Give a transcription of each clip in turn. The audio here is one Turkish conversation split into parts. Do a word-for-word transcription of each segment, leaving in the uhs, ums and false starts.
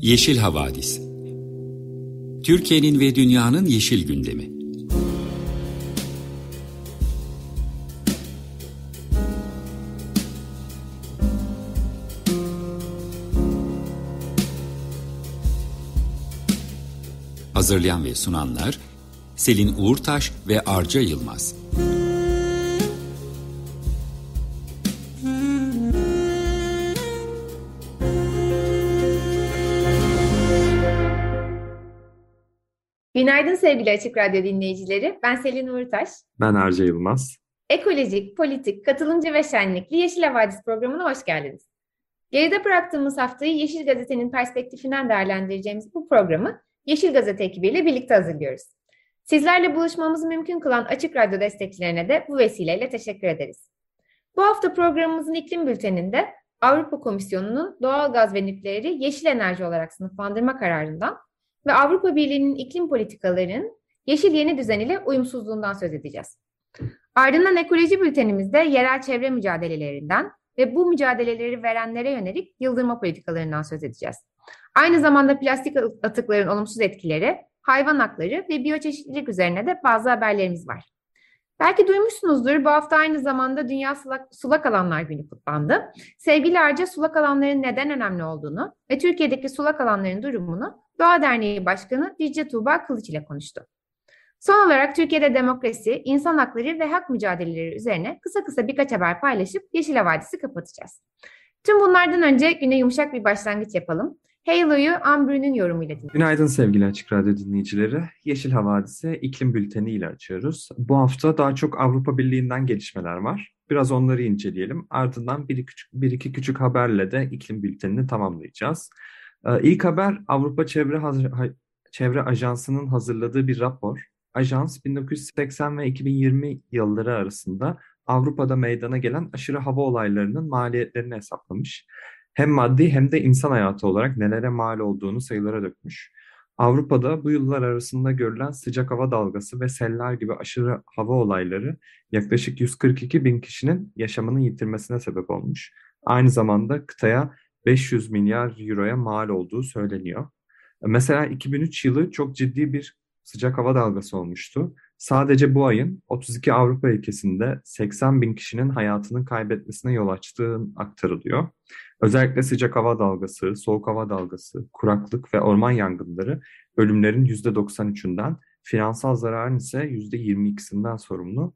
Yeşil Havadis. Türkiye'nin ve dünyanın yeşil gündemi. Hazırlayan ve sunanlar Selin Uğurtaş ve Arca Yılmaz. Günaydın sevgili Açık Radyo dinleyicileri. Ben Selin Uğurtaş. Ben Arca Yılmaz. Ekolojik, politik, katılımcı ve şenlikli Yeşil Havadis programına hoş geldiniz. Geride bıraktığımız haftayı Yeşil Gazete'nin perspektifinden değerlendireceğimiz bu programı Yeşil Gazete ekibiyle birlikte hazırlıyoruz. Sizlerle buluşmamızı mümkün kılan Açık Radyo destekçilerine de bu vesileyle teşekkür ederiz. Bu hafta programımızın iklim bülteninde Avrupa Komisyonu'nun doğal gaz ve nükleeri yeşil enerji olarak sınıflandırma kararından ve Avrupa Birliği'nin iklim politikalarının yeşil yeni düzen ile uyumsuzluğundan söz edeceğiz. Ardından ekoloji bültenimizde yerel çevre mücadelelerinden ve bu mücadeleleri verenlere yönelik yıldırma politikalarından söz edeceğiz. Aynı zamanda plastik atıkların olumsuz etkileri, hayvan hakları ve biyoçeşitlilik üzerine de bazı haberlerimiz var. Belki duymuşsunuzdur, bu hafta aynı zamanda Dünya Sulak, Sulak Alanlar Günü kutlandı. Sevgili Arca, sulak alanların neden önemli olduğunu ve Türkiye'deki sulak alanların durumunu Doğa Derneği Başkanı Dicle Tuğba Kılıç ile konuştu. Son olarak Türkiye'de demokrasi, insan hakları ve hak mücadeleleri üzerine kısa kısa birkaç haber paylaşıp Yeşil Havadis'i kapatacağız. Tüm bunlardan önce güne yumuşak bir başlangıç yapalım. Halo'yu Ambrü'nün yorumuyla dinleyelim. Günaydın sevgili Açık Radyo dinleyicileri. Yeşil Havadis'i iklim bülteni ile açıyoruz. Bu hafta daha çok Avrupa Birliği'nden gelişmeler var. Biraz onları inceleyelim. Ardından bir iki küçük, bir iki küçük haberle de iklim bültenini tamamlayacağız. Ee, ilk haber Avrupa Çevre, Çevre Ajansı'nın hazırladığı bir rapor. Ajans bin dokuz yüz seksen ve iki bin yirmi yılları arasında Avrupa'da meydana gelen aşırı hava olaylarının maliyetlerini hesaplamış. Hem maddi hem de insan hayatı olarak nelere mal olduğunu sayılara dökmüş. Avrupa'da bu yıllar arasında görülen sıcak hava dalgası ve seller gibi aşırı hava olayları yaklaşık yüz kırk iki bin kişinin yaşamını yitirmesine sebep olmuş. Aynı zamanda kıtaya beş yüz milyar euroya mal olduğu söyleniyor. Mesela iki bin üç yılı çok ciddi bir sıcak hava dalgası olmuştu. Sadece bu ayın otuz iki Avrupa ülkesinde seksen bin kişinin hayatını kaybetmesine yol açtığı aktarılıyor. Özellikle sıcak hava dalgası, soğuk hava dalgası, kuraklık ve orman yangınları ölümlerin yüzde doksan üçünden, finansal zararın ise yüzde yirmi ikisinden sorumlu.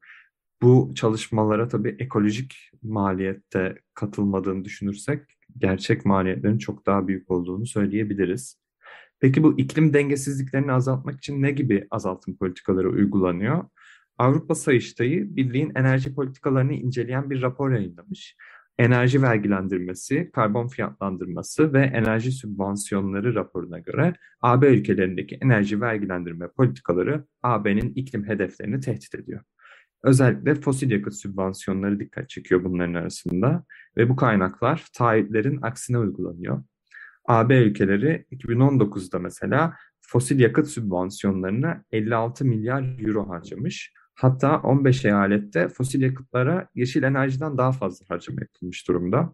Bu çalışmalara tabii ekolojik maliyette katılmadığını düşünürsek gerçek maliyetlerin çok daha büyük olduğunu söyleyebiliriz. Peki bu iklim dengesizliklerini azaltmak için ne gibi azaltım politikaları uygulanıyor? Avrupa Sayıştayı Birliğin enerji politikalarını inceleyen bir rapor yayınlamış. Enerji vergilendirmesi, karbon fiyatlandırması ve enerji sübvansiyonları raporuna göre A B ülkelerindeki enerji vergilendirme politikaları A B'nin iklim hedeflerini tehdit ediyor. Özellikle fosil yakıt sübvansiyonları dikkat çekiyor bunların arasında ve bu kaynaklar taahhütlerin aksine uygulanıyor. A B ülkeleri iki bin on dokuzda mesela fosil yakıt sübvansiyonlarına elli altı milyar euro harcamış. Hatta on beş eyalette fosil yakıtlara yeşil enerjiden daha fazla harcama yapılmış durumda.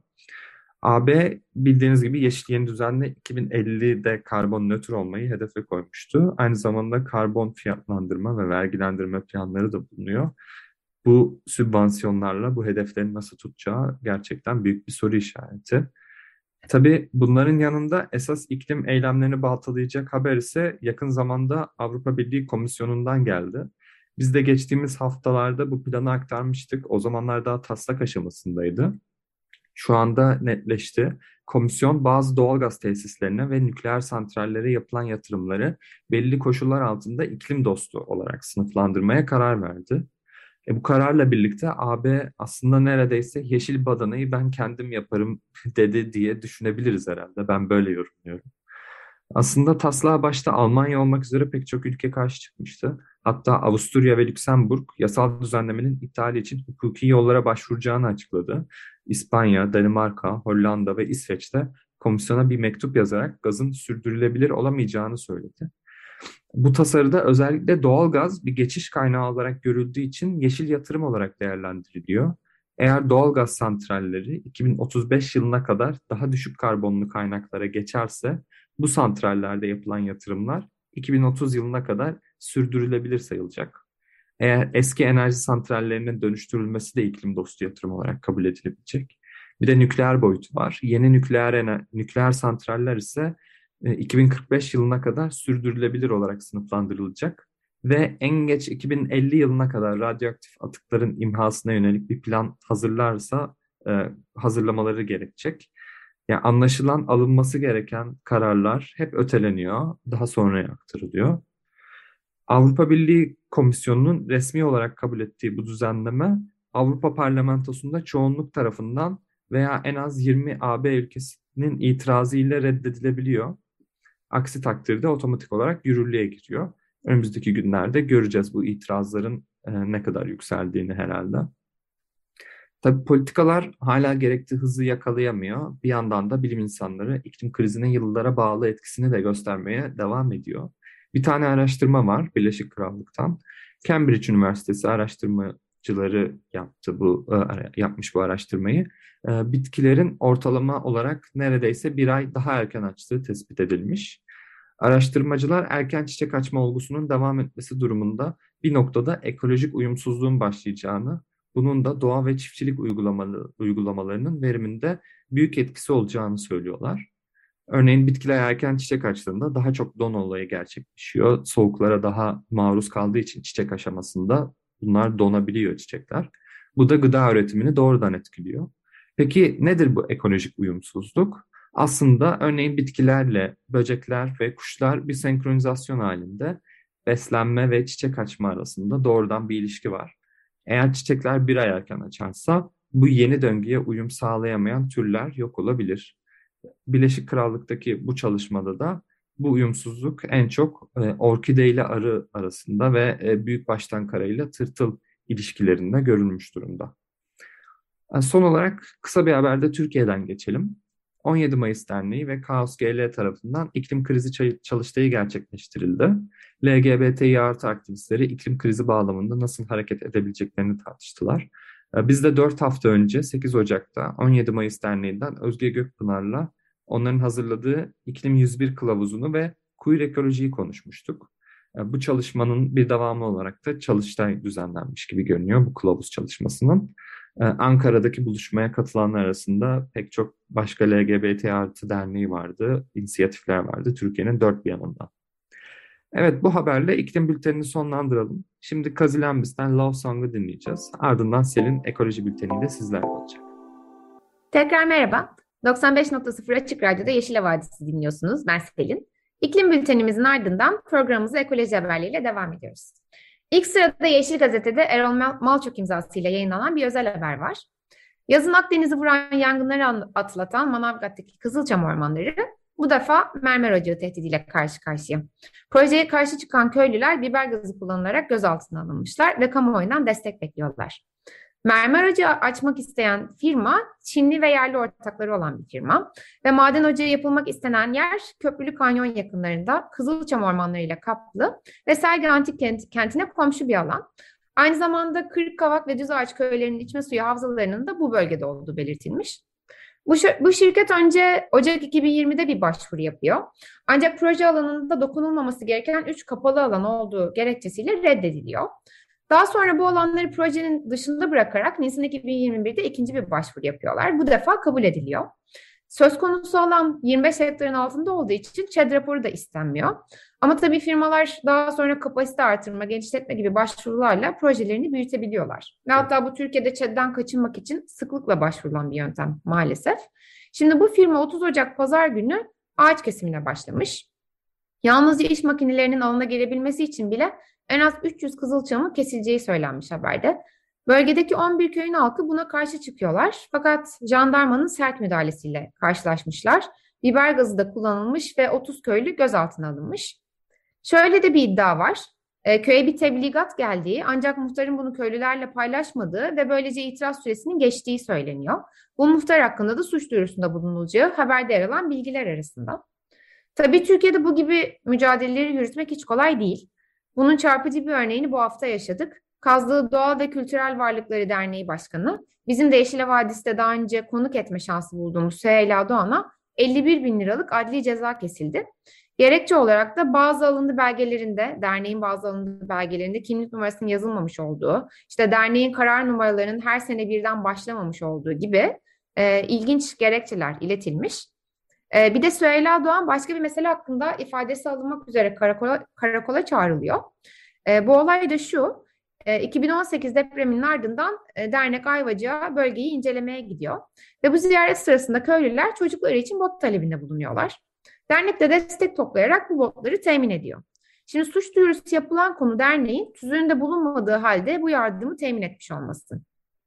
A B bildiğiniz gibi yeşil yeni düzenle iki bin ellide karbon nötr olmayı hedefe koymuştu. Aynı zamanda karbon fiyatlandırma ve vergilendirme planları da bulunuyor. Bu sübvansiyonlarla bu hedefleri nasıl tutacağı gerçekten büyük bir soru işareti. Tabii bunların yanında esas iklim eylemlerini baltalayacak haber ise yakın zamanda Avrupa Birliği Komisyonu'ndan geldi. Biz de geçtiğimiz haftalarda bu planı aktarmıştık. O zamanlar daha taslak aşamasındaydı. Şu anda netleşti. Komisyon bazı doğalgaz tesislerine ve nükleer santrallere yapılan yatırımları belli koşullar altında iklim dostu olarak sınıflandırmaya karar verdi. E bu kararla birlikte A B aslında neredeyse yeşil badanayı ben kendim yaparım dedi diye düşünebiliriz herhalde. Ben böyle yorumluyorum. Aslında taslağa başta Almanya olmak üzere pek çok ülke karşı çıkmıştı. Hatta Avusturya ve Lüksemburg yasal düzenlemenin iptali için hukuki yollara başvuracağını açıkladı. İspanya, Danimarka, Hollanda ve İsveç'te komisyona bir mektup yazarak gazın sürdürülebilir olamayacağını söyledi. Bu tasarıda özellikle doğalgaz bir geçiş kaynağı olarak görüldüğü için yeşil yatırım olarak değerlendiriliyor. Eğer doğalgaz santralleri iki bin otuz beş yılına kadar daha düşük karbonlu kaynaklara geçerse Bu santrallerde yapılan yatırımlar iki bin otuz yılına kadar sürdürülebilir sayılacak. Eğer eski enerji santrallerinin dönüştürülmesi de iklim dostu yatırım olarak kabul edilebilecek. Bir de nükleer boyutu var. Yeni nükleer ener- nükleer santraller ise e, iki bin kırk beş yılına kadar sürdürülebilir olarak sınıflandırılacak ve en geç iki bin elli yılına kadar radyoaktif atıkların imhasına yönelik bir plan hazırlarsa e, hazırlamaları gerekecek. Yani anlaşılan alınması gereken kararlar hep öteleniyor, daha sonraya aktarılıyor. Avrupa Birliği Komisyonu'nun resmi olarak kabul ettiği bu düzenleme Avrupa Parlamentosu'nda çoğunluk tarafından veya en az yirmi A B ülkesinin itirazı ile reddedilebiliyor. Aksi takdirde otomatik olarak yürürlüğe giriyor. Önümüzdeki günlerde göreceğiz bu itirazların e, ne kadar yükseldiğini herhalde. Tabii politikalar hala gerektiği hızı yakalayamıyor. Bir yandan da bilim insanları iklim krizinin yıllara bağlı etkisini de göstermeye devam ediyor. Bir tane araştırma var Birleşik Krallık'tan. Cambridge Üniversitesi araştırmacıları yaptı bu e, yapmış bu araştırmayı. E, Bitkilerin ortalama olarak neredeyse bir ay daha erken açtığı tespit edilmiş. Araştırmacılar erken çiçek açma olgusunun devam etmesi durumunda bir noktada ekolojik uyumsuzluğun başlayacağını, bunun da doğa ve çiftçilik uygulamalı, uygulamalarının veriminde büyük etkisi olacağını söylüyorlar. Örneğin bitkiler erken çiçek açtığında daha çok don olayı gerçekleşiyor. Soğuklara daha maruz kaldığı için çiçek aşamasında bunlar donabiliyor çiçekler. Bu da gıda üretimini doğrudan etkiliyor. Peki nedir bu ekolojik uyumsuzluk? Aslında örneğin bitkilerle böcekler ve kuşlar bir senkronizasyon halinde beslenme ve çiçek açma arasında doğrudan bir ilişki var. Eğer çiçekler bir ay erken açarsa bu yeni döngüye uyum sağlayamayan türler yok olabilir. Birleşik Krallık'taki bu çalışmada da bu uyumsuzluk en çok e, orkide ile arı arasında ve e, büyükbaş kara ile tırtıl ilişkilerinde görülmüş durumda. E, son olarak kısa bir haberde Türkiye'den geçelim. on yedi Mayıs Derneği ve Kaos G L tarafından iklim krizi çalıştayı gerçekleştirildi. L G B T İ artı aktivistleri iklim krizi bağlamında nasıl hareket edebileceklerini tartıştılar. Biz de dört hafta önce sekiz Ocak'ta on yedi Mayıs Derneği'nden Özge Gökpınar'la onların hazırladığı İklim yüz bir kılavuzunu ve queer ekolojiyi konuşmuştuk. Bu çalışmanın bir devamı olarak da çalıştay düzenlenmiş gibi görünüyor bu kılavuz çalışmasının. Ankara'daki buluşmaya katılanlar arasında pek çok başka L G B T artı derneği vardı, inisiyatifler vardı Türkiye'nin dört bir yanında. Evet, bu haberle iklim bültenini sonlandıralım. Şimdi Kazi Lambis'ten Love Song'u dinleyeceğiz. Ardından Selin ekoloji bülteniyle sizlerle olacak. Tekrar merhaba. doksan beş nokta sıfır Açık Radyo'da Yeşil Havadis'i dinliyorsunuz. Ben Selin. İklim bültenimizin ardından programımıza ekoloji haberleriyle devam ediyoruz. İlk sırada Yeşil Gazete'de Erol Mal- Malçok imzasıyla yayınlanan bir özel haber var. Yazın Akdeniz'i vuran yangınları atlatan Manavgat'taki Kızılçam ormanları bu defa mermer ocağı tehdidiyle karşı karşıya. Projeye karşı çıkan köylüler biber gazı kullanılarak gözaltına alınmışlar ve kamuoyundan destek bekliyorlar. Mermer ocağı açmak isteyen firma, Çinli ve yerli ortakları olan bir firma ve maden ocağı yapılmak istenen yer Köprülü Kanyon yakınlarında Kızılçam ormanlarıyla kaplı ve Selgi Antik Kent, kentine komşu bir alan. Aynı zamanda Kırıkkavak ve Düzağaç köylerinin içme suyu havzalarının da bu bölgede olduğu belirtilmiş. Bu, bu şirket önce Ocak iki bin yirmide bir başvuru yapıyor. Ancak proje alanında dokunulmaması gereken üç kapalı alan olduğu gerekçesiyle reddediliyor. Daha sonra bu alanları projenin dışında bırakarak Nisan iki bin yirmi birde ikinci bir başvuru yapıyorlar. Bu defa kabul ediliyor. Söz konusu alan yirmi beş hektarın altında olduğu için ÇED raporu da istenmiyor. Ama tabii firmalar daha sonra kapasite artırma, genişletme gibi başvurularla projelerini büyütebiliyorlar. Ve hatta bu Türkiye'de ÇED'den kaçınmak için sıklıkla başvurulan bir yöntem maalesef. Şimdi bu firma otuz Ocak Pazar günü ağaç kesimine başlamış. Yalnızca iş makinelerinin alana gelebilmesi için bile en az üç yüz kızılçamın kesileceği söylenmiş haberde. Bölgedeki on bir köyün halkı buna karşı çıkıyorlar. Fakat jandarmanın sert müdahalesiyle karşılaşmışlar. Biber gazı da kullanılmış ve otuz köylü gözaltına alınmış. Şöyle de bir iddia var. E, köye bir tebligat geldiği ancak muhtarın bunu köylülerle paylaşmadığı ve böylece itiraz süresinin geçtiği söyleniyor. Bu muhtar hakkında da suç duyurusunda bulunulacağı haberde yer alan bilgiler arasında. Tabii Türkiye'de bu gibi mücadeleleri yürütmek hiç kolay değil. Bunun çarpıcı bir örneğini bu hafta yaşadık. Kazdığı Doğal ve Kültürel Varlıkları Derneği Başkanı, bizim de Yeşil Havadis'te daha önce konuk etme şansı bulduğumuz Süheyla Doğan'a elli bir bin liralık adli ceza kesildi. Gerekçe olarak da bazı alındı belgelerinde, derneğin bazı alındı belgelerinde kimlik numarasının yazılmamış olduğu, işte derneğin karar numaralarının her sene birden başlamamış olduğu gibi e, ilginç gerekçeler iletilmiş. E, bir de Süheyla Doğan başka bir mesele hakkında ifadesi alınmak üzere karakola, karakola çağrılıyor. E, bu olay da şu, e, iki bin on sekiz depreminin ardından e, dernek Ayvacık'a bölgeyi incelemeye gidiyor. Ve bu ziyaret sırasında köylüler çocukları için bot talebinde bulunuyorlar. Dernek de destek toplayarak bu botları temin ediyor. Şimdi suç duyurusu yapılan konu derneğin tüzüğünde bulunmadığı halde bu yardımı temin etmiş olması.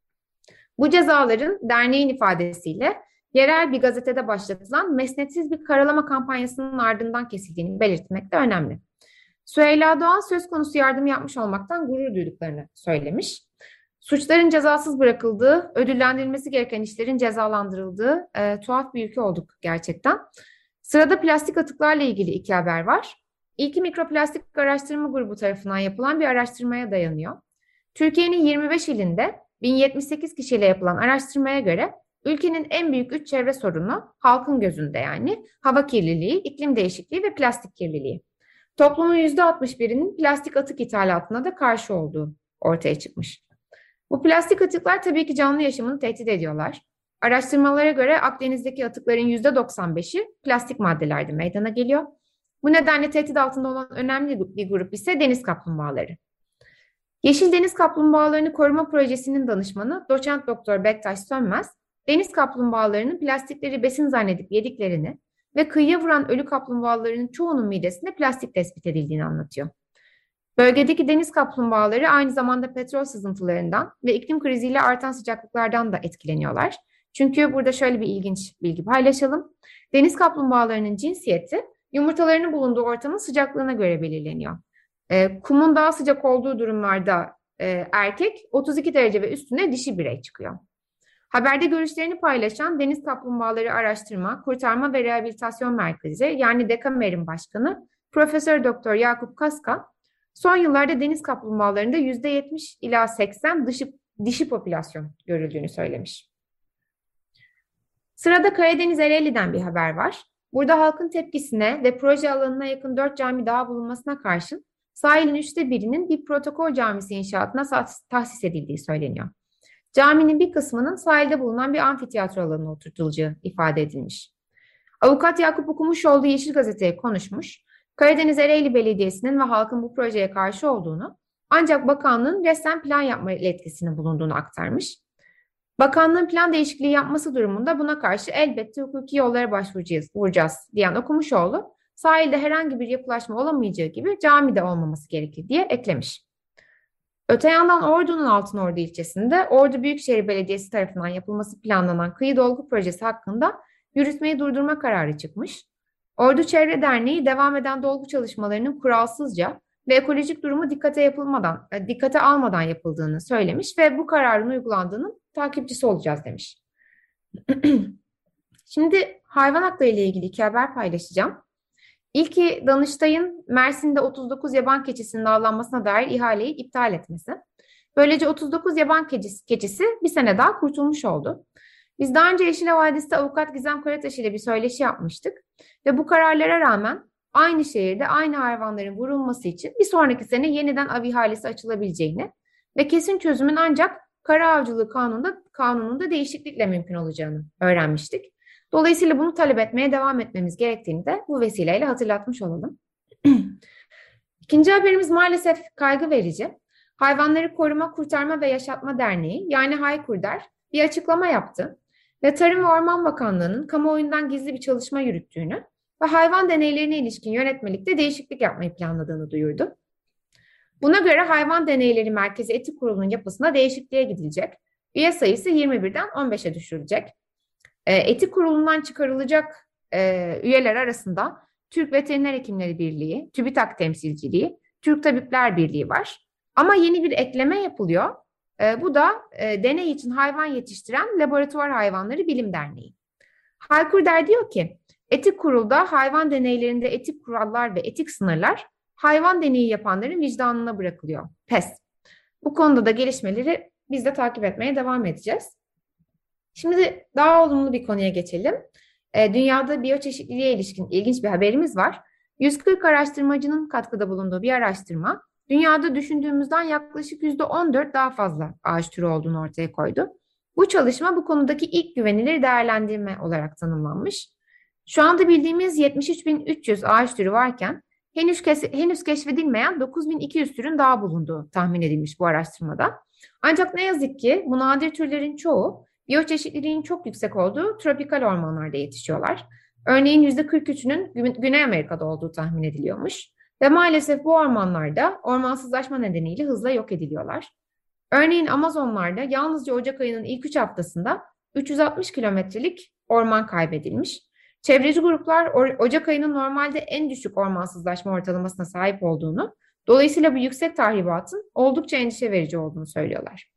Bu cezaların derneğin ifadesiyle yerel bir gazetede başlatılan mesnetsiz bir karalama kampanyasının ardından kesildiğini belirtmek de önemli. Süheyla Doğan söz konusu yardım yapmış olmaktan gurur duyduklarını söylemiş. Suçların cezasız bırakıldığı, ödüllendirilmesi gereken işlerin cezalandırıldığı e, tuhaf bir ülke olduk gerçekten. Sırada plastik atıklarla ilgili iki haber var. İlki Mikroplastik Araştırma Grubu tarafından yapılan bir araştırmaya dayanıyor. Türkiye'nin yirmi beş ilinde bin yetmiş sekiz kişiyle yapılan araştırmaya göre ülkenin en büyük üç çevre sorunu halkın gözünde yani hava kirliliği, iklim değişikliği ve plastik kirliliği. Toplumun yüzde altmış birinin plastik atık ithalatına da karşı olduğu ortaya çıkmış. Bu plastik atıklar tabii ki canlı yaşamını tehdit ediyorlar. Araştırmalara göre Akdeniz'deki atıkların yüzde doksan beşi plastik maddelerde meydana geliyor. Bu nedenle tehdit altında olan önemli bir grup ise deniz kaplumbağaları. Yeşil Deniz Kaplumbağalarını Koruma Projesi'nin danışmanı Doçent Doktor Bektaş Sönmez, deniz kaplumbağalarının plastikleri besin zannedip yediklerini ve kıyıya vuran ölü kaplumbağaların çoğunun midesinde plastik tespit edildiğini anlatıyor. Bölgedeki deniz kaplumbağaları aynı zamanda petrol sızıntılarından ve iklim kriziyle artan sıcaklıklardan da etkileniyorlar. Çünkü burada şöyle bir ilginç bilgi paylaşalım. Deniz kaplumbağalarının cinsiyeti yumurtalarının bulunduğu ortamın sıcaklığına göre belirleniyor. E, kumun daha sıcak olduğu durumlarda e, erkek, otuz iki derece ve üstüne dişi birey çıkıyor. Haberde görüşlerini paylaşan Deniz Kaplumbağaları Araştırma, Kurtarma ve Rehabilitasyon Merkezi yani DEKAMER'in başkanı Profesör Doktor Yakup Kaska, son yıllarda deniz kaplumbağalarında yüzde yetmiş ila seksen dişi, dişi popülasyon görüldüğünü söylemiş. Sırada Karadeniz Ereğli'den bir haber var. Burada halkın tepkisine ve proje alanına yakın dört cami daha bulunmasına karşın sahilin üçte birinin bir protokol camisi inşaatına tahsis edildiği söyleniyor. Caminin bir kısmının sahilde bulunan bir amfiteyatro alanına oturtulacağı ifade edilmiş. Avukat Yakup Okumuşoğlu Yeşil Gazete'ye konuşmuş, Karadeniz Ereğli Belediyesi'nin ve halkın bu projeye karşı olduğunu, ancak bakanlığın resmen plan yapma yetkisinin bulunduğunu aktarmış. Bakanlığın plan değişikliği yapması durumunda buna karşı elbette hukuki yollara başvuracağız vuracağız diyen Okumuşoğlu, sahilde herhangi bir yapılaşma olamayacağı gibi camide olmaması gerekir diye eklemiş. Öte yandan Ordu'nun Altınordu ilçesinde Ordu Büyükşehir Belediyesi tarafından yapılması planlanan kıyı dolgu projesi hakkında yürütmeyi durdurma kararı çıkmış. Ordu Çevre Derneği devam eden dolgu çalışmalarının kuralsızca ve ekolojik durumu dikkate yapılmadan, dikkate almadan yapıldığını söylemiş ve bu kararın uygulandığının takipçisi olacağız demiş. Şimdi hayvan hakları ile ilgili iki haber paylaşacağım. İlki Danıştay'ın Mersin'de otuz dokuz yaban keçisinin avlanmasına dair ihaleyi iptal etmesi. Böylece otuz dokuz yaban keçisi, keçisi bir sene daha kurtulmuş oldu. Biz daha önce Yeşil Havadis'te avukat Gizem Karataş ile bir söyleşi yapmıştık ve bu kararlara rağmen aynı şehirde aynı hayvanların vurulması için bir sonraki sene yeniden av ihalesi açılabileceğini ve kesin çözümün ancak kara avcılığı kanununda, kanununda değişiklikle mümkün olacağını öğrenmiştik. Dolayısıyla bunu talep etmeye devam etmemiz gerektiğini de bu vesileyle hatırlatmış olalım. İkinci haberimiz maalesef kaygı verici. Hayvanları Koruma, Kurtarma ve Yaşatma Derneği yani Haykurder bir açıklama yaptı ve Tarım ve Orman Bakanlığı'nın kamuoyundan gizli bir çalışma yürüttüğünü ve hayvan deneylerine ilişkin yönetmelikte değişiklik yapmayı planladığını duyurdu. Buna göre Hayvan Deneyleri Merkezi Etik Kurulu'nun yapısına değişikliğe gidilecek. Üye sayısı yirmi birden on beşe düşürülecek. Etik Kurulu'ndan çıkarılacak e, üyeler arasında Türk Veteriner Hekimleri Birliği, TÜBİTAK Temsilciliği, Türk Tabipler Birliği var. Ama yeni bir ekleme yapılıyor. E, bu da e, deney için hayvan yetiştiren Laboratuvar Hayvanları Bilim Derneği. Haykurder diyor ki, Etik Kurul'da hayvan deneylerinde etik kurallar ve etik sınırlar hayvan deneyi yapanların vicdanına bırakılıyor. Pes. Bu konuda da gelişmeleri biz de takip etmeye devam edeceğiz. Şimdi daha olumlu bir konuya geçelim. E, dünyada biyoçeşitliliğe ilişkin ilginç bir haberimiz var. yüz kırk araştırmacının katkıda bulunduğu bir araştırma, dünyada düşündüğümüzden yaklaşık yüzde on dört daha fazla ağaç türü olduğunu ortaya koydu. Bu çalışma bu konudaki ilk güvenilir değerlendirme olarak tanımlanmış. Şu anda bildiğimiz yetmiş üç bin üç yüz ağaç türü varken henüz, kes- henüz keşfedilmeyen dokuz bin iki yüz türün daha bulunduğu tahmin edilmiş bu araştırmada. Ancak ne yazık ki bu nadir türlerin çoğu biyoçeşitliliğin çok yüksek olduğu tropikal ormanlarda yetişiyorlar. Örneğin yüzde kırk üçünün Gü- Güney Amerika'da olduğu tahmin ediliyormuş. Ve maalesef bu ormanlarda ormansızlaşma nedeniyle hızla yok ediliyorlar. Örneğin Amazonlarda yalnızca Ocak ayının ilk üç haftasında üç yüz altmış kilometrelik orman kaybedilmiş. Çevreci gruplar Ocak ayının normalde en düşük ormansızlaşma ortalamasına sahip olduğunu, dolayısıyla bu yüksek tahribatın oldukça endişe verici olduğunu söylüyorlar.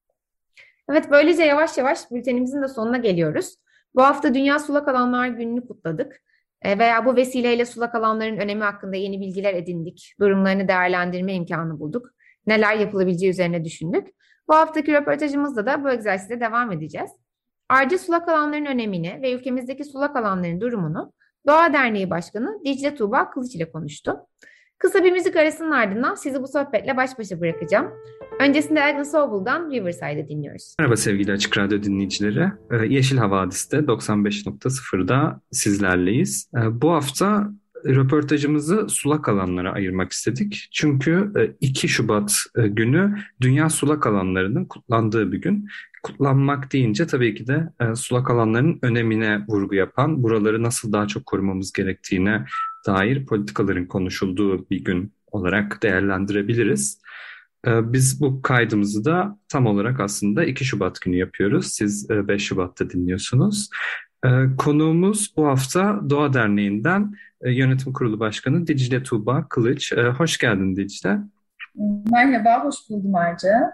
Evet, böylece yavaş yavaş bültenimizin de sonuna geliyoruz. Bu hafta Dünya Sulak Alanlar Günü'nü kutladık. E, veya bu vesileyle sulak alanların önemi hakkında yeni bilgiler edindik. Durumlarını değerlendirme imkanı bulduk. Neler yapılabileceği üzerine düşündük. Bu haftaki röportajımızda da bu egzersize devam edeceğiz. Ayrıca sulak alanların önemini ve ülkemizdeki sulak alanların durumunu Doğa Derneği Başkanı Dicle Tuğba Kılıç ile konuştu. Kısa bir müzik arasının ardından sizi bu sohbetle baş başa bırakacağım. Öncesinde Agnes Obel'dan Riverside'ı dinliyoruz. Merhaba sevgili Açık Radyo dinleyicileri. Yeşil Havadis'te doksan beş nokta sıfırda sizlerleyiz. Bu hafta röportajımızı sulak alanlara ayırmak istedik. Çünkü iki Şubat günü Dünya Sulak Alanlarının kutlandığı bir gün. Kutlanmak deyince tabii ki de sulak alanların önemine vurgu yapan, buraları nasıl daha çok korumamız gerektiğine dair politikaların konuşulduğu bir gün olarak değerlendirebiliriz. Biz bu kaydımızı da tam olarak aslında iki Şubat günü yapıyoruz. Siz beş Şubat'ta dinliyorsunuz. Konuğumuz bu hafta Doğa Derneği'nden Yönetim Kurulu Başkanı Dicle Tuğba Kılıç. Hoş geldin Dicle. Merhaba, hoş buldum Arca.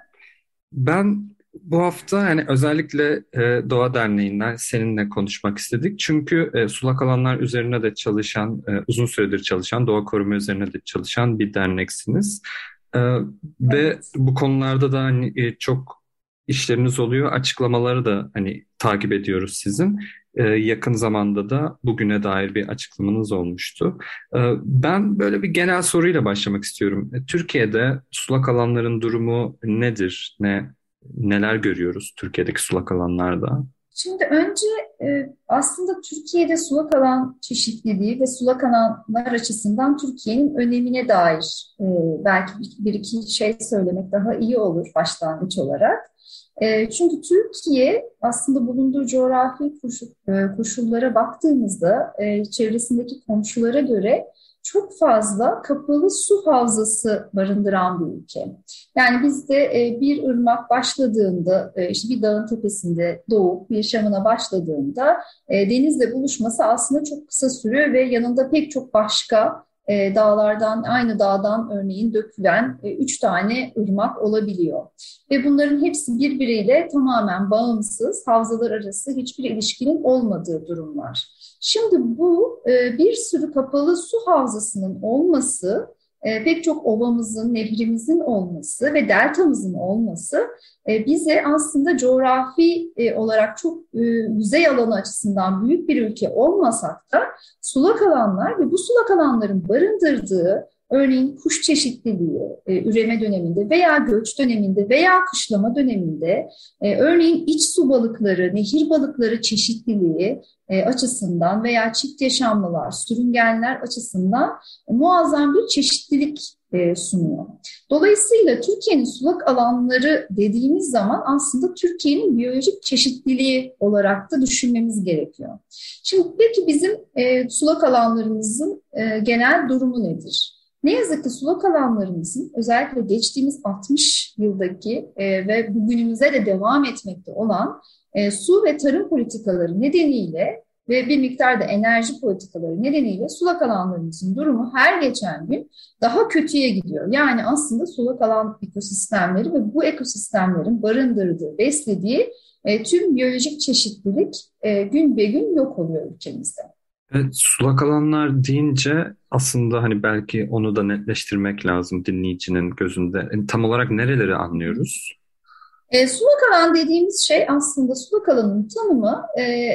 Ben bu hafta yani özellikle Doğa Derneği'nden seninle konuşmak istedik. Çünkü sulak alanlar üzerine de çalışan, uzun süredir çalışan, doğa koruma üzerine de çalışan bir derneksiniz. Ee, ve Evet. bu konularda da hani e, çok işleriniz oluyor. Açıklamaları da hani takip ediyoruz sizin. Ee, yakın zamanda da bugüne dair bir açıklamanız olmuştu. Ee, ben böyle bir genel soruyla başlamak istiyorum. E, Türkiye'de sulak alanların durumu nedir? Ne neler görüyoruz Türkiye'deki sulak alanlarda? Şimdi önce e, aslında Türkiye'de sulak alan çeşitliliği ve sulak alanlar açısından Türkiye'nin önemine dair e, belki bir, bir iki şey söylemek daha iyi olur başlangıç olarak. E, çünkü Türkiye aslında bulunduğu coğrafi koşul, e, koşullara baktığımızda e, çevresindeki komşulara göre çok fazla kapalı su havzası barındıran bir ülke. Yani bizde e, bir ırmak başladığında, e, işte bir dağın tepesinde doğup yaşamına başladığında e, denizle buluşması aslında çok kısa sürüyor ve yanında pek çok başka e, dağlardan, aynı dağdan örneğin dökülen e, üç tane ırmak olabiliyor. Ve bunların hepsi birbiriyle tamamen bağımsız, havzalar arası hiçbir ilişkinin olmadığı durumlar. Şimdi bu e, bir sürü kapalı su havzasının olması, e, pek çok ovamızın, nehrimizin olması ve deltamızın olması e, bize aslında coğrafi e, olarak çok e, yüzey alanı açısından büyük bir ülke olmasak da sulak alanlar ve bu sulak alanların barındırdığı örneğin kuş çeşitliliği e, üreme döneminde veya göç döneminde veya kışlama döneminde e, örneğin iç su balıkları, nehir balıkları çeşitliliği e, açısından veya çift yaşamlılar, sürüngenler açısından e, muazzam bir çeşitlilik e, sunuyor. Dolayısıyla Türkiye'nin sulak alanları dediğimiz zaman aslında Türkiye'nin biyolojik çeşitliliği olarak da düşünmemiz gerekiyor. Şimdi peki bizim e, sulak alanlarımızın e, genel durumu nedir? Ne yazık ki sulak alanlarımızın özellikle geçtiğimiz altmış yıldaki e, ve bugünümüze de devam etmekte olan e, su ve tarım politikaları nedeniyle ve bir miktar da enerji politikaları nedeniyle sulak alanlarımızın durumu her geçen gün daha kötüye gidiyor. Yani aslında sulak alan ekosistemleri ve bu ekosistemlerin barındırdığı, beslediği e, tüm biyolojik çeşitlilik e, gün be gün yok oluyor ülkemizde. Evet, sulak alanlar deyince aslında hani belki onu da netleştirmek lazım dinleyicinin gözünde. Yani tam olarak nereleri anlıyoruz? E, sulak alan dediğimiz şey aslında sulak alanın tanımı e,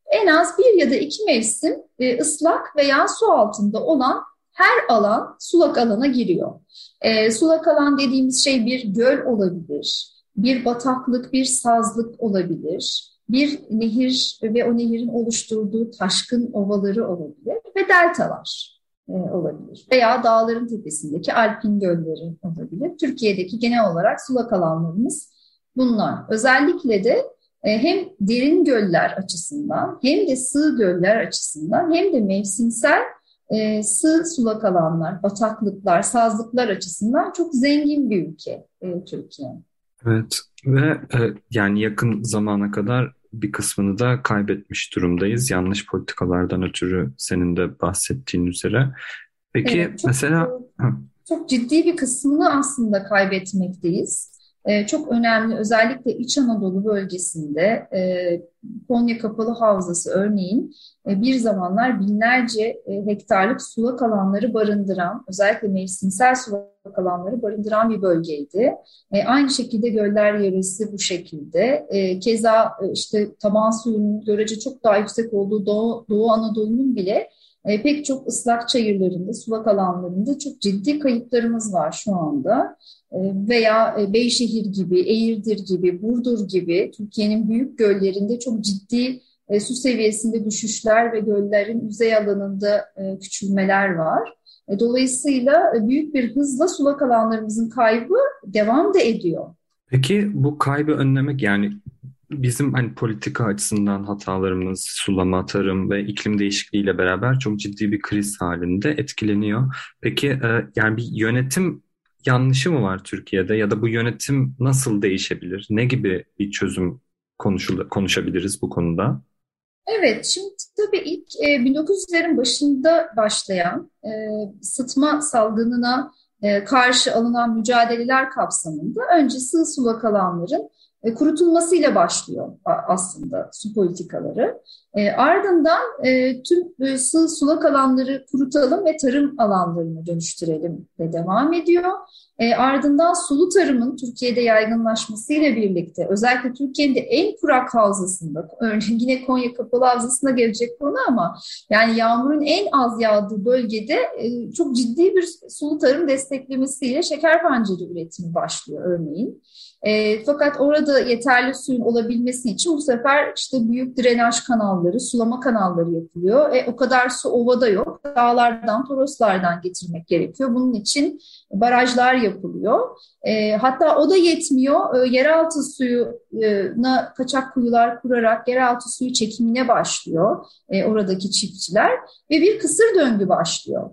en az bir ya da iki mevsim e, ıslak veya su altında olan her alan sulak alana giriyor. E, sulak alan dediğimiz şey bir göl olabilir, bir bataklık, bir sazlık olabilir, bir nehir ve o nehirin oluşturduğu taşkın ovaları olabilir ve deltalar e, olabilir. Veya dağların tepesindeki alpin gölleri olabilir. Türkiye'deki genel olarak sulak alanlarımız bunlar. Özellikle de e, hem derin göller açısından hem de sığ göller açısından hem de mevsimsel e, sığ sulak alanlar, bataklıklar, sazlıklar açısından çok zengin bir ülke e, Türkiye. Evet ve e, yani yakın zamana kadar bir kısmını da kaybetmiş durumdayız. Yanlış politikalardan ötürü senin de bahsettiğin üzere. Peki Evet, çok, mesela... çok ciddi bir kısmını aslında kaybetmekteyiz. Ee, çok önemli, özellikle İç Anadolu bölgesinde e, Konya Kapalı Havzası örneğin e, bir zamanlar binlerce e, hektarlık sulak alanları barındıran, özellikle mevsimsel sulak alanları barındıran bir bölgeydi. E, aynı şekilde göller yöresi bu şekilde. E, keza e, işte taban suyunun görece çok daha yüksek olduğu Doğu, Doğu Anadolu'nun bile E, pek çok ıslak çayırlarında, sulak alanlarında çok ciddi kayıplarımız var şu anda. E, veya e, Beyşehir gibi, Eğirdir gibi, Burdur gibi Türkiye'nin büyük göllerinde çok ciddi e, su seviyesinde düşüşler ve göllerin yüzey alanında e, küçülmeler var. E, dolayısıyla e, büyük bir hızla sulak alanlarımızın kaybı devam da ediyor. Peki bu kaybı önlemek, yani bizim hani politika açısından hatalarımız sulama, tarım ve iklim değişikliğiyle beraber çok ciddi bir kriz halinde etkileniyor. Peki e, yani bir yönetim yanlışı mı var Türkiye'de ya da bu yönetim nasıl değişebilir? Ne gibi bir çözüm konuşul konuşabiliriz bu konuda? Evet, şimdi tabii ilk e, bin dokuz yüzlerin başında başlayan e, sıtma salgınına e, karşı alınan mücadeleler kapsamında önce sığ sulak alanların e, kurutulmasıyla başlıyor a- aslında su politikaları. E, ardından e, tüm e, sığ sulak alanları kurutalım ve tarım alanlarını dönüştürelim ve devam ediyor. E, ardından sulu tarımın Türkiye'de yaygınlaşmasıyla birlikte özellikle Türkiye'nin de en kurak havzasında, örneğin yine Konya Kapalı Havzası'na gelecek konu ama yani yağmurun en az yağdığı bölgede e, çok ciddi bir sulu tarım desteklemesiyle şeker pancarı üretimi başlıyor örneğin. E, fakat orada yeterli suyun olabilmesi için bu sefer işte büyük drenaj kanalları, sulama kanalları yapılıyor. E, o kadar su ovada yok. Dağlardan, toroslardan getirmek gerekiyor. Bunun için barajlar yapılıyor. E, hatta o da yetmiyor. E, yeraltı suyuna kaçak kuyular kurarak yeraltı suyu çekimine başlıyor e, oradaki çiftçiler ve bir kısır döngü başlıyor.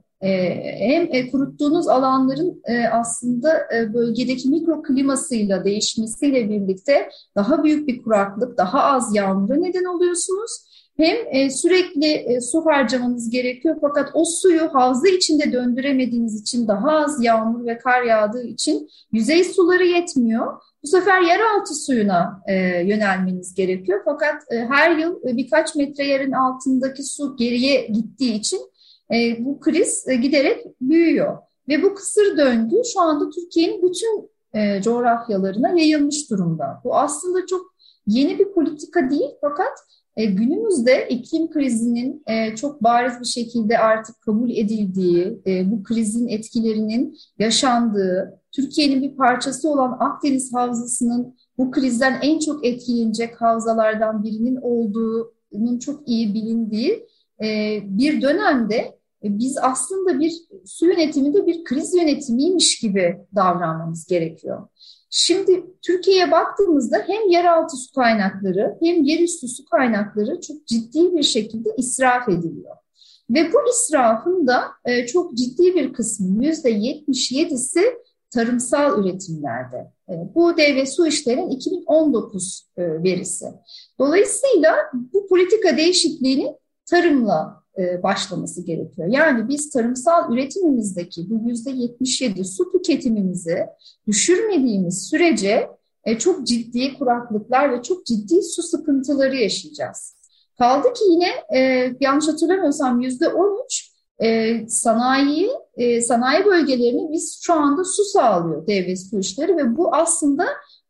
Hem kuruttuğunuz alanların aslında bölgedeki mikroklimasıyla değişmesiyle birlikte daha büyük bir kuraklık, daha az yağmura neden oluyorsunuz. Hem sürekli su harcamanız gerekiyor fakat o suyu havza içinde döndüremediğiniz için daha az yağmur ve kar yağdığı için yüzey suları yetmiyor. Bu sefer yeraltı suyuna e, yönelmeniz gerekiyor. Fakat e, her yıl e, birkaç metre yerin altındaki su geriye gittiği için E, bu kriz e, giderek büyüyor ve bu kısır döngü şu anda Türkiye'nin bütün e, coğrafyalarına yayılmış durumda. Bu aslında çok yeni bir politika değil fakat e, günümüzde iklim krizinin e, çok bariz bir şekilde artık kabul edildiği, e, bu krizin etkilerinin yaşandığı, Türkiye'nin bir parçası olan Akdeniz Havzası'nın bu krizden en çok etkilenecek havzalardan birinin olduğunun çok iyi bilindiği bir dönemde biz aslında bir su yönetiminde bir kriz yönetimiymiş gibi davranmamız gerekiyor. Şimdi Türkiye'ye baktığımızda hem yeraltı su kaynakları hem yerüstü su kaynakları çok ciddi bir şekilde israf ediliyor. Ve bu israfın da çok ciddi bir kısmı, yüzde yetmiş yedisi tarımsal üretimlerde. Bu Dev ve Su İşleri'nin iki bin on dokuz verisi. Dolayısıyla bu politika değişikliğinin tarımla e, başlaması gerekiyor. Yani biz tarımsal üretimimizdeki bu yüzde yetmiş yedi su tüketimimizi düşürmediğimiz sürece e, çok ciddi kuraklıklar ve çok ciddi su sıkıntıları yaşayacağız. Kaldı ki yine e, yanlış hatırlamıyorsam yüzde on üç e, sanayi e, sanayi bölgelerine biz şu anda su sağlıyor Dev ve Su İşleri ve bu aslında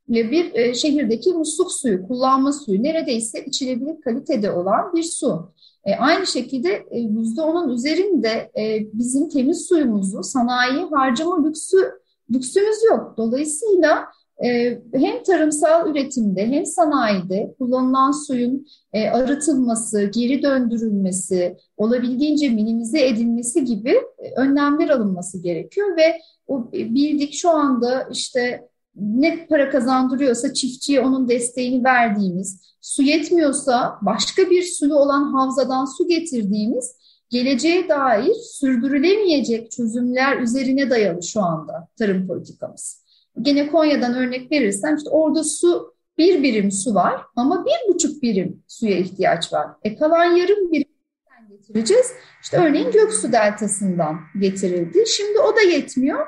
ve bir e, şehirdeki musluk suyu, kullanma suyu, neredeyse içilebilir kalitede olan bir su. E, aynı şekilde e, yüzde onun üzerinde e, bizim temiz suyumuzu sanayi harcama lüksü lüksümüz yok. Dolayısıyla e, hem tarımsal üretimde hem sanayide kullanılan suyun e, arıtılması, geri döndürülmesi, olabildiğince minimize edilmesi gibi e, önlemler alınması gerekiyor ve o bildik şu anda işte ne para kazandırıyorsa çiftçiye onun desteğini verdiğimiz, su yetmiyorsa başka bir suyu olan havzadan su getirdiğimiz, geleceğe dair sürdürülemeyecek çözümler üzerine dayalı şu anda tarım politikamız. Gene Konya'dan örnek verirsem işte orada su bir birim su var ama bir buçuk birim suya ihtiyaç var. E kalan yarım birimden getireceğiz. İşte örneğin Göksu Deltası'ndan getirildi. Şimdi o da yetmiyor.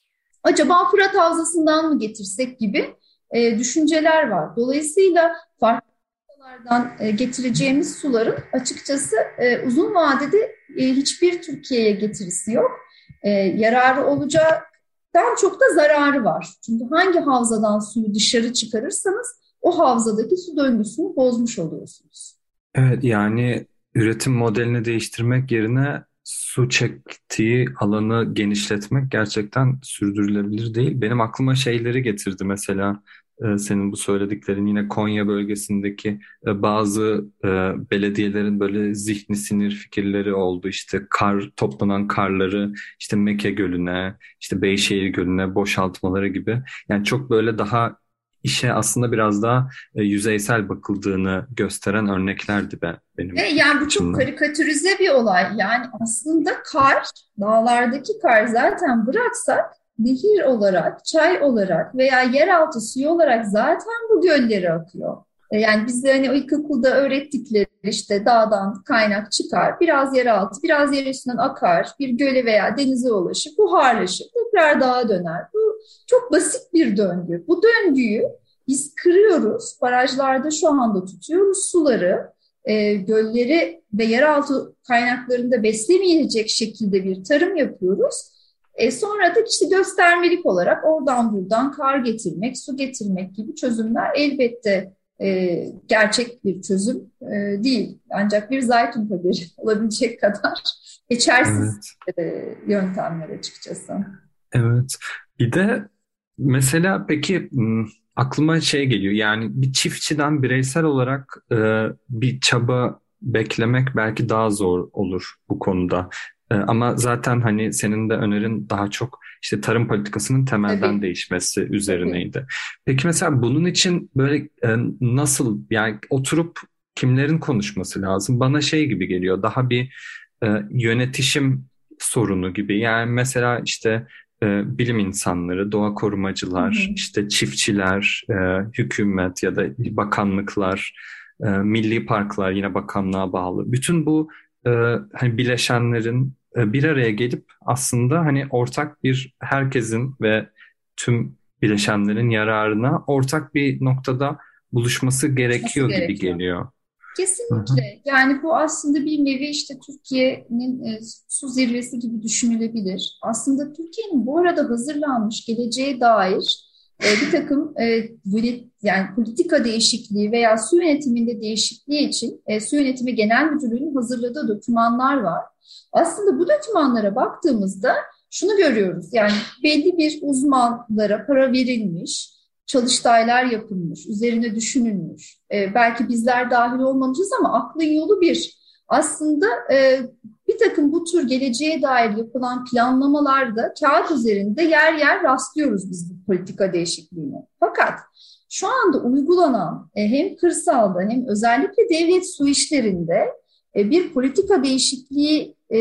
Acaba Fırat Havzası'ndan mı getirsek gibi e, düşünceler var. Dolayısıyla farklı noktalardan e, getireceğimiz suların açıkçası e, uzun vadede e, hiçbir Türkiye'ye getirisi yok. E, yararı olacaktan çok da zararı var. Çünkü hangi havzadan suyu dışarı çıkarırsanız o havzadaki su döngüsünü bozmuş oluyorsunuz. Evet, yani üretim modelini değiştirmek yerine su çektiği alanı genişletmek gerçekten sürdürülebilir değil. Benim aklıma şeyleri getirdi mesela e, senin bu söylediklerin, yine Konya bölgesindeki e, bazı e, belediyelerin böyle zihni sinir fikirleri oldu. İşte kar, toplanan karları işte Meke Gölü'ne, işte Beyşehir Gölü'ne boşaltmaları gibi. Yani çok böyle daha işe aslında biraz daha e, yüzeysel bakıldığını gösteren örneklerdi ben benim Ve yani bu çok açımdan. karikatürize bir olay. Yani aslında kar, dağlardaki kar zaten bıraksak nehir olarak, çay olarak veya yeraltı suyu olarak zaten bu göllere akıyor. E, Yani bizde hani o ilkokulda öğrettikleri işte dağdan kaynak çıkar, biraz yeraltı, biraz yer üstünden akar, bir göle veya denize ulaşır, buharlaşır, tekrar dağa döner. Bu çok basit bir döngü. Bu döngüyü biz kırıyoruz. Barajlarda şu anda tutuyoruz suları, e, gölleri ve yeraltı kaynaklarında beslemeyecek şekilde bir tarım yapıyoruz. E, sonra da işte göstermelik olarak oradan buradan kar getirmek, su getirmek gibi çözümler elbette e, gerçek bir çözüm e, değil. Ancak bir zaytun haberi olabilecek kadar geçersiz Evet. e, yöntemler açıkçası. Evet. Bir de mesela peki m, aklıma şey geliyor. Yani bir çiftçiden bireysel olarak e, bir çaba beklemek belki daha zor olur bu konuda. E, ama zaten hani senin de önerin daha çok işte tarım politikasının temelden Tabii, değişmesi tabii. üzerineydi. Peki mesela bunun için böyle e, nasıl, yani oturup kimlerin konuşması lazım? Bana şey gibi geliyor. Daha bir e, yönetişim sorunu gibi. Yani mesela işte e, bilim insanları, doğa Hı hı. korumacılar, işte çiftçiler, e, hükümet ya da bakanlıklar, e, milli parklar yine bakanlığa bağlı. Bütün bu e, hani bileşenlerin e, bir araya gelip aslında hani ortak bir, herkesin ve tüm bileşenlerin yararına ortak bir noktada buluşması Nasıl gerekiyor gibi gerekiyor? geliyor. Hı hı. Kesinlikle. Yani bu aslında bir nevi işte Türkiye'nin e, su zirvesi gibi düşünülebilir. Aslında Türkiye'nin bu arada hazırlanmış geleceğe dair e, bir takım e, böyle, yani politika değişikliği veya su yönetiminde değişikliği için e, Su Yönetimi Genel Müdürlüğü'nün hazırladığı dokümanlar var. Aslında bu dokümanlara baktığımızda şunu görüyoruz. Yani belli bir uzmanlara para verilmiş, çalıştaylar yapılmış, üzerine düşünülmüş. E, belki bizler dahil olmamışız ama aklın yolu bir. Aslında e, bir takım bu tür geleceğe dair yapılan planlamalarda kağıt üzerinde yer yer rastlıyoruz biz bu politika değişikliğine. Fakat şu anda uygulanan e, hem kırsalda hem özellikle devlet su işlerinde e, bir politika değişikliği e,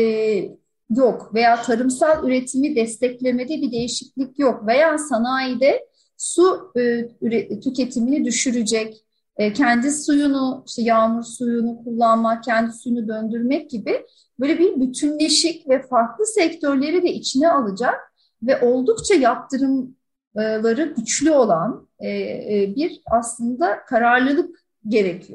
yok veya tarımsal üretimi desteklemede bir değişiklik yok veya sanayide su e, tüketimini düşürecek, e, kendi suyunu, işte yağmur suyunu kullanmak, kendi suyunu döndürmek gibi böyle bir bütünleşik ve farklı sektörleri de içine alacak ve oldukça yaptırımları güçlü olan e, e, bir aslında kararlılık gerekiyor.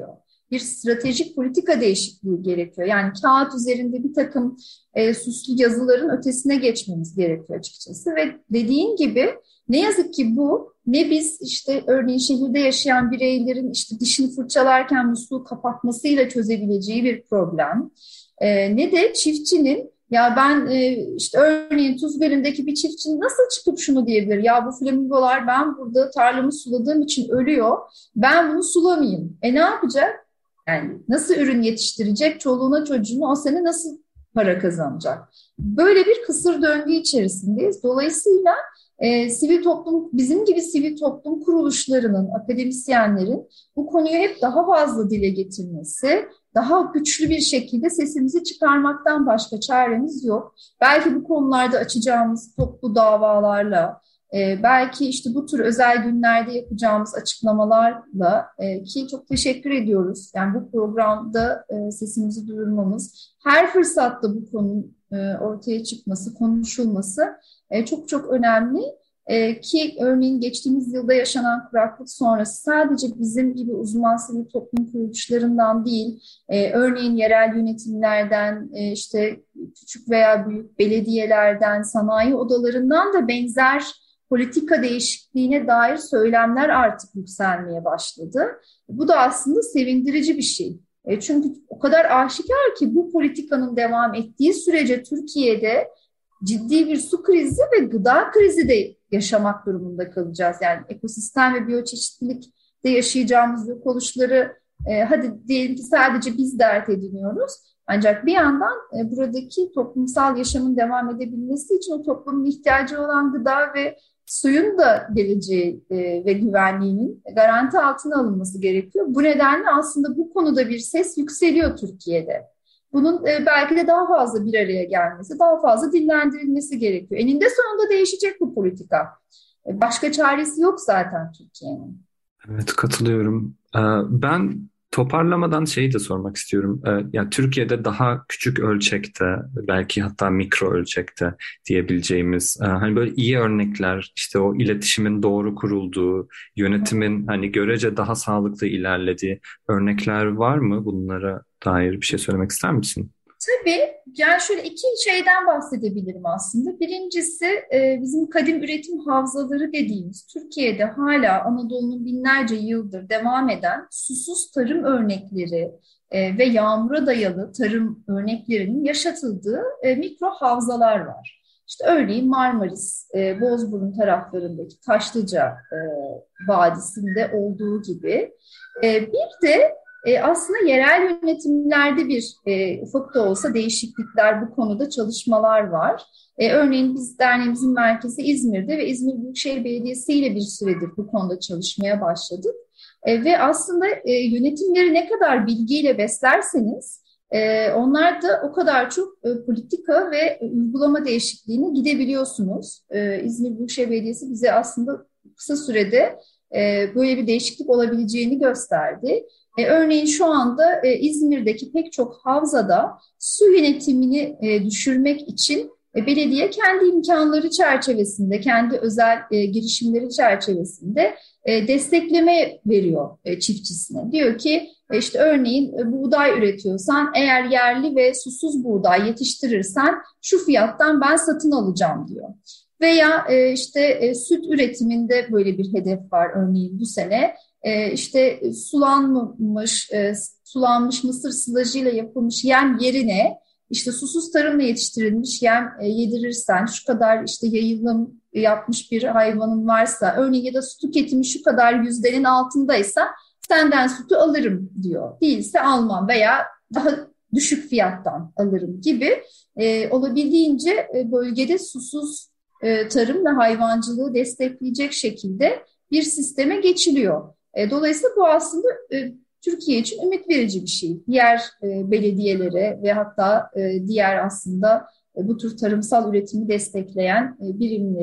bir stratejik politika değişikliği gerekiyor. Yani kağıt üzerinde bir takım e, süslü yazıların ötesine geçmemiz gerekiyor açıkçası. Ve dediğin gibi ne yazık ki bu ne biz işte örneğin şehirde yaşayan bireylerin işte dişini fırçalarken musluğu kapatmasıyla çözebileceği bir problem. E, ne de çiftçinin ya ben e, işte örneğin Tuzgölü'ndeki bir çiftçinin nasıl çıkıp şunu diyebilir? Ya bu flamingolar ben burada tarlamı suladığım için ölüyor. Ben bunu sulamayayım. E ne yapacak? Yani nasıl ürün yetiştirecek? Çoluğuna çocuğuna o sene nasıl para kazanacak? Böyle bir kısır döngü içerisindeyiz. Dolayısıyla e, sivil toplum, bizim gibi sivil toplum kuruluşlarının, akademisyenlerin bu konuyu hep daha fazla dile getirmesi, daha güçlü bir şekilde sesimizi çıkarmaktan başka çaremiz yok. Belki bu konularda açacağımız toplu davalarla, e, belki işte bu tür özel günlerde yapacağımız açıklamalarla e, ki çok teşekkür ediyoruz. Yani bu programda e, sesimizi duyurmamız, her fırsatta bu konunun e, ortaya çıkması, konuşulması e, çok çok önemli. Ee, ki örneğin geçtiğimiz yılda yaşanan kuraklık sonrası sadece bizim gibi uzman sivil toplum kuruluşlarından değil, e, örneğin yerel yönetimlerden, e, işte küçük veya büyük belediyelerden, sanayi odalarından da benzer politika değişikliğine dair söylemler artık yükselmeye başladı. Bu da aslında sevindirici bir şey. E, çünkü o kadar aşikar ki bu politikanın devam ettiği sürece Türkiye'de ciddi bir su krizi ve gıda krizi de yaşamak durumunda kalacağız. Yani ekosistem ve biyoçeşitlilikte yaşayacağımız yok oluşları e, hadi diyelim ki sadece biz dert ediniyoruz. Ancak bir yandan e, buradaki toplumsal yaşamın devam edebilmesi için o toplumun ihtiyacı olan gıda ve suyun da geleceği e, ve güvenliğinin garanti altına alınması gerekiyor. Bu nedenle aslında bu konuda bir ses yükseliyor Türkiye'de. Bunun e, belki de daha fazla bir araya gelmesi, daha fazla dillendirilmesi gerekiyor. Eninde sonunda değişecek bu politika. E, başka çaresi yok zaten Türkiye'nin. Evet, katılıyorum. Ee, Ben toparlamadan şeyi de sormak istiyorum. Ee, Yani Türkiye'de daha küçük ölçekte, belki hatta mikro ölçekte diyebileceğimiz, e, hani böyle iyi örnekler, işte o iletişimin doğru kurulduğu, yönetimin hani görece daha sağlıklı ilerlediği örnekler var mı? Bunlara dair bir şey söylemek ister misin? Tabii, yani şöyle iki şeyden bahsedebilirim aslında. Birincisi e, bizim kadim üretim havzaları dediğimiz Türkiye'de hala Anadolu'nun binlerce yıldır devam eden susuz tarım örnekleri e, ve yağmura dayalı tarım örneklerinin yaşatıldığı e, mikro havzalar var. İşte örneğin Marmaris, e, Bozburun taraflarındaki Taşlıca e, Vadisi'nde olduğu gibi. E, bir de E, aslında yerel yönetimlerde bir e, ufak da olsa değişiklikler bu konuda çalışmalar var. E, örneğin biz derneğimizin merkezi İzmir'de ve İzmir Büyükşehir Belediyesi ile bir süredir bu konuda çalışmaya başladık. E, ve aslında e, yönetimleri ne kadar bilgiyle beslerseniz e, onlar da o kadar çok e, politika ve uygulama değişikliğine gidebiliyorsunuz. E, İzmir Büyükşehir Belediyesi bize aslında kısa sürede e, böyle bir değişiklik olabileceğini gösterdi. E, örneğin şu anda e, İzmir'deki pek çok havzada su yönetimini e, düşürmek için e, belediye kendi imkanları çerçevesinde, kendi özel e, girişimleri çerçevesinde e, destekleme veriyor e, çiftçisine. Diyor ki e, işte örneğin e, buğday üretiyorsan eğer yerli ve susuz buğday yetiştirirsen şu fiyattan ben satın alacağım diyor. Veya e, işte e, süt üretiminde böyle bir hedef var örneğin bu sene. E, işte sulanmış, e, sulanmış mısır silajıyla yapılmış yem yerine işte susuz tarımla yetiştirilmiş yem e, yedirirsen, şu kadar işte yayılım yapmış bir hayvanın varsa, örneğin ya da süt tüketimi şu kadar yüzdenin altındaysa senden sütü alırım diyor. Değilse almam veya daha düşük fiyattan alırım gibi e, olabildiğince e, bölgede susuz e, tarım ve hayvancılığı destekleyecek şekilde bir sisteme geçiliyor. E, dolayısıyla bu aslında e, Türkiye için ümit verici bir şey. Diğer e, belediyelere ve hatta e, diğer aslında e, bu tür tarımsal üretimi destekleyen e, birimlere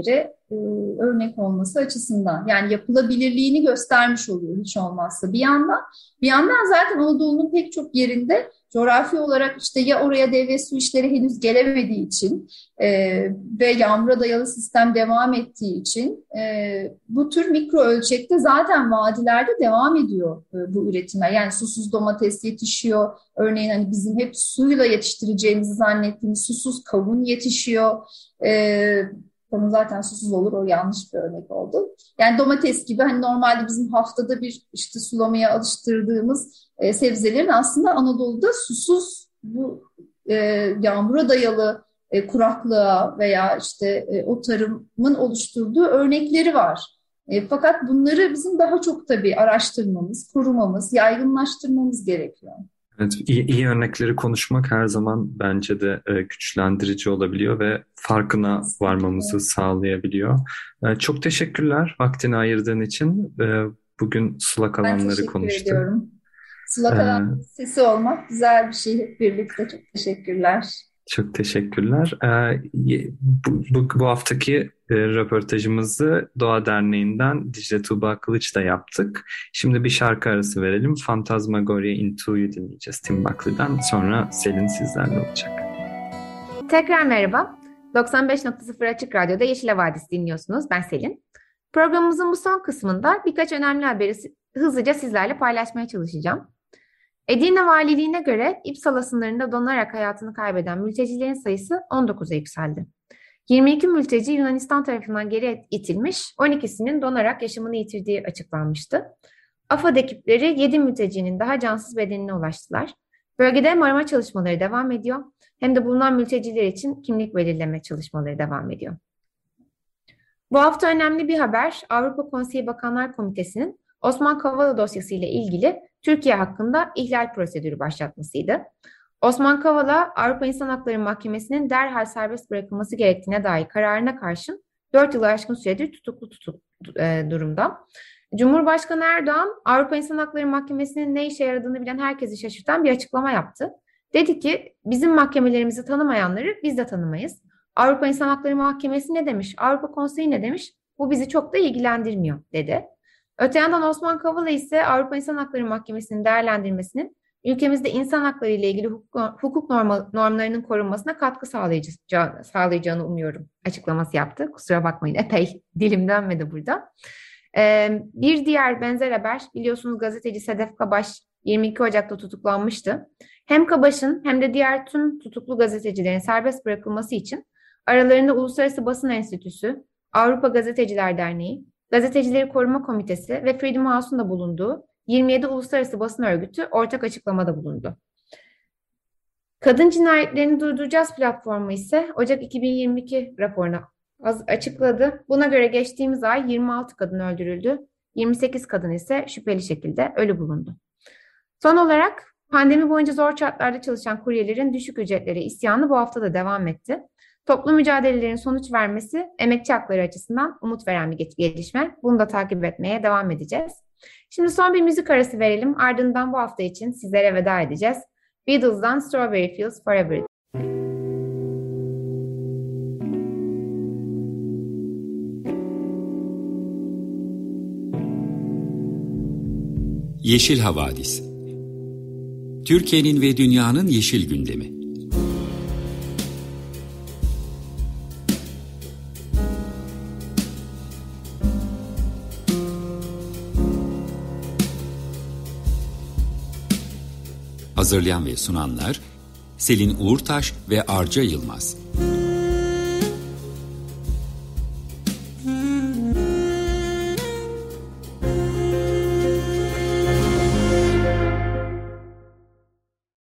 e, örnek olması açısından. Yani yapılabilirliğini göstermiş oluyor hiç olmazsa bir yandan. Bir yandan zaten Anadolu'nun pek çok yerinde coğrafi olarak işte ya oraya devlet su işleri henüz gelemediği için e, ve yağmura dayalı sistem devam ettiği için e, bu tür mikro ölçekte zaten vadilerde devam ediyor e, bu üretimler. Yani susuz domates yetişiyor. Örneğin hani bizim hep suyla yetiştireceğimizi zannettiğimiz susuz kavun yetişiyor. E, kavun zaten susuz olur, o yanlış bir örnek oldu. Yani domates gibi hani normalde bizim haftada bir işte sulamaya alıştırdığımız e, sebzelerin aslında Anadolu'da susuz bu e, yağmura dayalı e, kuraklığa veya işte e, o tarımın oluşturduğu örnekleri var. E, fakat bunları bizim daha çok tabii araştırmamız, korumamız, yaygınlaştırmamız gerekiyor. Evet, iyi, iyi örnekleri konuşmak her zaman bence de e, güçlendirici olabiliyor ve farkına varmamızı sağlayabiliyor. E, çok teşekkürler vaktini ayırdığın için. E, bugün sulak alanları konuştuk. Ben teşekkür ediyorum. Sulak alan sesi olmak güzel bir şey, hep birlikte. Çok teşekkürler. Çok teşekkürler. Ee, bu, bu, bu haftaki e, röportajımızı Doğa Derneği'nden Dicle Tuğba Kılıç'la yaptık. Şimdi bir şarkı arası verelim. Phantasmagoria Into'yu dinleyeceğiz Tim Buckley'den. Sonra Selin sizlerle olacak. Tekrar merhaba. doksan beş nokta sıfır Açık Radyo'da Yeşil Havadis dinliyorsunuz. Ben Selin. Programımızın bu son kısmında birkaç önemli haberi hızlıca sizlerle paylaşmaya çalışacağım. Edirne Valiliğine göre İpsala sınırında donarak hayatını kaybeden mültecilerin sayısı on dokuza yükseldi. yirmi iki mülteci Yunanistan tarafından geri itilmiş, on ikisinin donarak yaşamını yitirdiği açıklanmıştı. AFAD ekipleri yedi mültecinin daha cansız bedenine ulaştılar. Bölgede hem arama çalışmaları devam ediyor, hem de bulunan mülteciler için kimlik belirleme çalışmaları devam ediyor. Bu hafta önemli bir haber, Avrupa Konseyi Bakanlar Komitesi'nin Osman Kavala dosyası ile ilgili Türkiye hakkında ihlal prosedürü başlatmasıydı. Osman Kavala, Avrupa İnsan Hakları Mahkemesi'nin derhal serbest bırakılması gerektiğine dair kararına karşın dört yılı aşkın süredir tutuklu tutuk, e, durumda. Cumhurbaşkanı Erdoğan, Avrupa İnsan Hakları Mahkemesi'nin ne işe yaradığını bilen herkesi şaşırtan bir açıklama yaptı. Dedi ki, bizim mahkemelerimizi tanımayanları biz de tanımayız. Avrupa İnsan Hakları Mahkemesi ne demiş, Avrupa Konseyi ne demiş, bu bizi çok da ilgilendirmiyor, dedi. Öte yandan Osman Kavala ise Avrupa İnsan Hakları Mahkemesi'nin değerlendirmesinin ülkemizde insan hakları ile ilgili hukuk, hukuk norma, normlarının korunmasına katkı sağlayacağını, sağlayacağını umuyorum açıklaması yaptı. Kusura bakmayın, epey dilim dönmedi burada. Ee, bir diğer benzer haber, biliyorsunuz gazeteci Sedef Kabaş yirmi iki Ocak'ta tutuklanmıştı. Hem Kabaş'ın hem de diğer tüm tutuklu gazetecilerin serbest bırakılması için aralarında Uluslararası Basın Enstitüsü, Avrupa Gazeteciler Derneği, Gazetecileri Koruma Komitesi ve Freedom House'un da bulunduğu yirmi yedi Uluslararası Basın Örgütü ortak açıklamada bulundu. Kadın Cinayetlerini Durduracağız platformu ise Ocak iki bin yirmi iki raporunu açıkladı. Buna göre geçtiğimiz ay yirmi altı kadın öldürüldü, yirmi sekiz kadın ise şüpheli şekilde ölü bulundu. Son olarak pandemi boyunca zor şartlarda çalışan kuryelerin düşük ücretleri isyanı bu hafta da devam etti. Toplu mücadelelerin sonuç vermesi emekçi hakları açısından umut veren bir gelişme. Bunu da takip etmeye devam edeceğiz. Şimdi son bir müzik arası verelim. Ardından bu hafta için sizlere veda edeceğiz. Beatles'dan Strawberry Fields Forever. Yeşil Havadis. Türkiye'nin ve dünyanın yeşil gündemi. Hazırlayan ve sunanlar Selin Uğurtaş ve Arca Yılmaz.